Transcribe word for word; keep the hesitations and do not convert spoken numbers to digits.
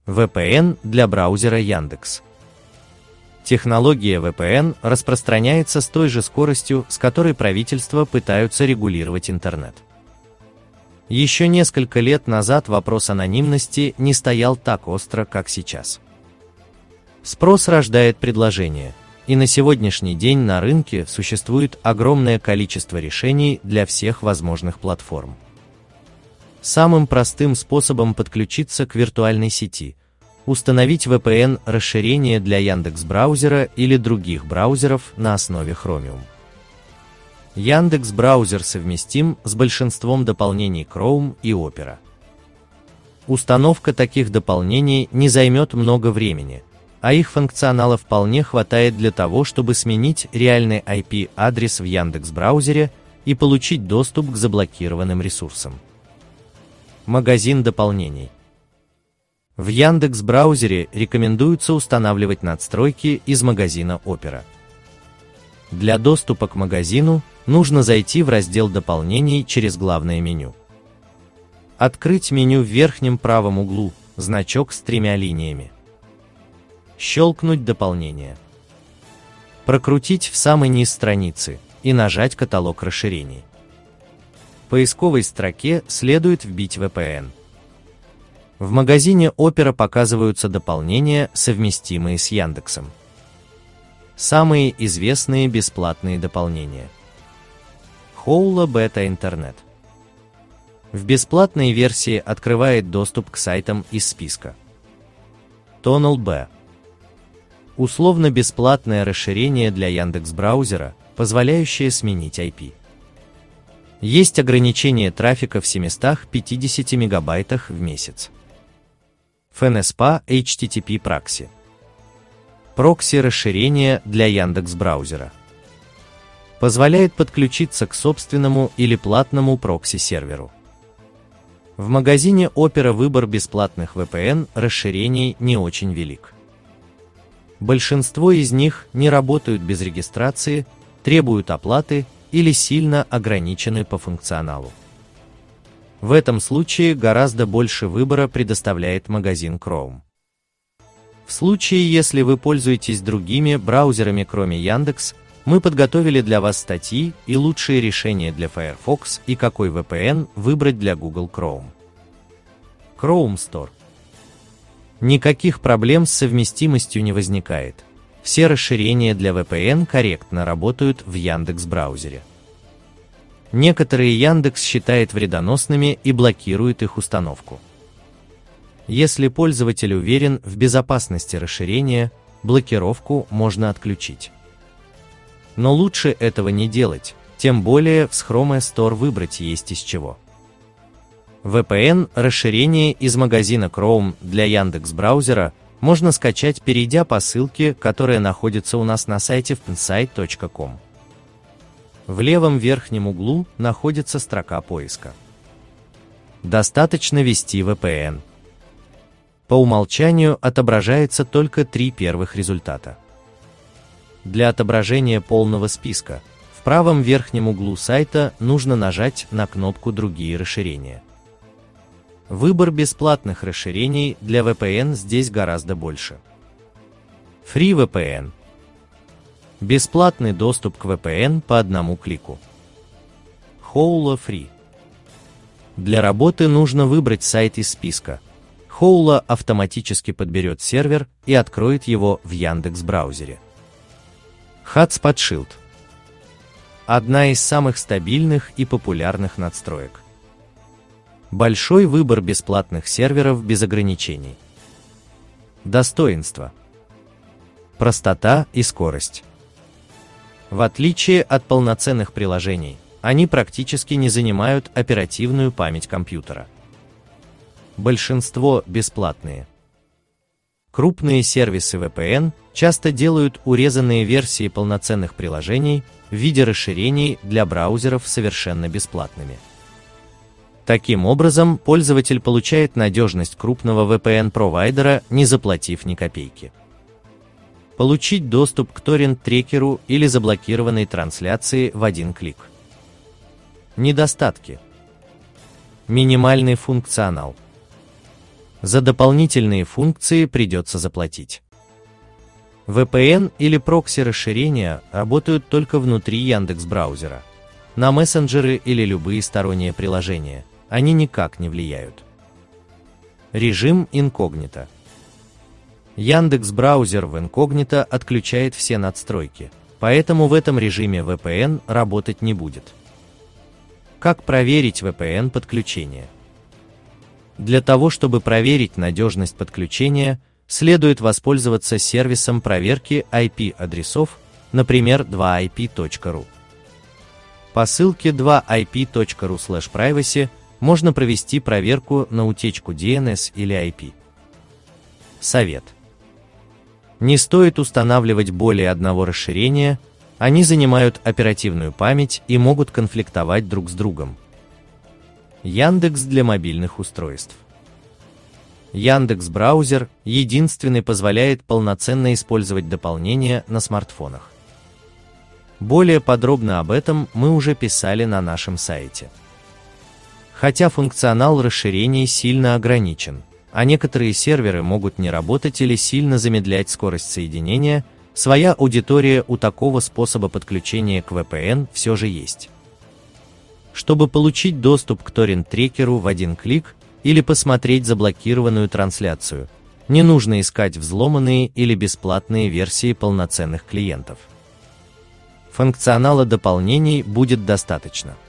ви пи эн для браузера Яндекс. Технология ви пи эн распространяется с той же скоростью, с которой правительства пытаются регулировать интернет. Еще несколько лет назад вопрос анонимности не стоял так остро, как сейчас. Спрос рождает предложение, и на сегодняшний день на рынке существует огромное количество решений для всех возможных платформ. Самым простым способом подключиться к виртуальной сети – установить ви пи эн-расширение для Яндекс.Браузера или других браузеров на основе Chromium. Яндекс.Браузер совместим с большинством дополнений Chrome и Opera. Установка таких дополнений не займет много времени, а их функционала вполне хватает для того, чтобы сменить реальный ай пи-адрес в Яндекс.Браузере и получить доступ к заблокированным ресурсам. Магазин дополнений. В Яндекс.Браузере рекомендуется устанавливать надстройки из магазина Opera. Для доступа к магазину нужно зайти в раздел дополнений через главное меню. Открыть меню в верхнем правом углу, значок с тремя линиями. Щелкнуть дополнение. Прокрутить в самый низ страницы и нажать каталог расширений. В поисковой строке следует вбить ви пи эн. В магазине Opera показываются дополнения, совместимые с Яндексом. Самые известные бесплатные дополнения. Howla Beta Internet. В бесплатной версии открывает доступ к сайтам из списка. TunnelB. Условно-бесплатное расширение для Яндекс.Браузера, позволяющее сменить ай пи. Есть ограничение трафика в семистах пятидесяти мегабайтах в месяц. эф эн эс пи эй эйч ти ти пи Proxy. Прокси-расширение для Яндекс.Браузера. Позволяет подключиться к собственному или платному прокси-серверу. В магазине Opera выбор бесплатных ви пи эн-расширений не очень велик. Большинство из них не работают без регистрации, требуют оплаты или сильно ограничены по функционалу. В этом случае гораздо больше выбора предоставляет магазин Chrome. В случае, если вы пользуетесь другими браузерами, кроме Яндекс, мы подготовили для вас статьи и лучшие решения для Firefox и какой ви пи эн выбрать для Google Chrome. Chrome Store. Никаких проблем с совместимостью не возникает. Все расширения для ви пи эн корректно работают в Яндекс.Браузере. Некоторые Яндекс считает вредоносными и блокирует их установку. Если пользователь уверен в безопасности расширения, блокировку можно отключить. Но лучше этого не делать, тем более в Chrome Store выбрать есть из чего. ви пи эн-расширение из магазина Chrome для Яндекс.Браузера можно скачать, перейдя по ссылке, которая находится у нас на сайте впинсайт точка ком. В левом верхнем углу находится строка поиска. Достаточно ввести ви пи эн. По умолчанию отображается только три первых результата. Для отображения полного списка в правом верхнем углу сайта нужно нажать на кнопку «Другие расширения». Выбор бесплатных расширений для ви пи эн здесь гораздо больше. Free ви пи эн. Бесплатный доступ к ви пи эн по одному клику. Howla Free. Для работы нужно выбрать сайт из списка. Howla автоматически подберет сервер и откроет его в Яндекс.Браузере. Hotspot Shield. Одна из самых стабильных и популярных надстроек. Большой выбор бесплатных серверов без ограничений. Достоинства. Простота и скорость. В отличие от полноценных приложений, они практически не занимают оперативную память компьютера. Большинство бесплатные. Крупные сервисы ви пи эн часто делают урезанные версии полноценных приложений в виде расширений для браузеров совершенно бесплатными. Таким образом, пользователь получает надежность крупного ви пи эн-провайдера, не заплатив ни копейки. Получить доступ к торрент-трекеру или заблокированной трансляции в один клик. Недостатки. Минимальный функционал. За дополнительные функции придется заплатить. ви пи эн или прокси-расширения работают только внутри Яндекс.Браузера. На мессенджеры или любые сторонние приложения они никак не влияют. Режим инкогнито. Яндекс.Браузер в инкогнито отключает все надстройки, поэтому в этом режиме ви пи эн работать не будет. Как проверить ви пи эн-подключение? Для того, чтобы проверить надежность подключения, следует воспользоваться сервисом проверки ай пи-адресов, например, два ай пи точка ру. По ссылке два ай пи точка ру слэш privacy можно провести проверку на утечку ди эн эс или ай пи. Совет. Не стоит устанавливать более одного расширения, они занимают оперативную память и могут конфликтовать друг с другом. Яндекс для мобильных устройств. Яндекс.Браузер единственный позволяет полноценно использовать дополнения на смартфонах. Более подробно об этом мы уже писали на нашем сайте. Хотя функционал расширений сильно ограничен, а некоторые серверы могут не работать или сильно замедлять скорость соединения, своя аудитория у такого способа подключения к ви пи эн все же есть. Чтобы получить доступ к торрент-трекеру в один клик или посмотреть заблокированную трансляцию, не нужно искать взломанные или бесплатные версии полноценных клиентов. Функционала дополнений будет достаточно.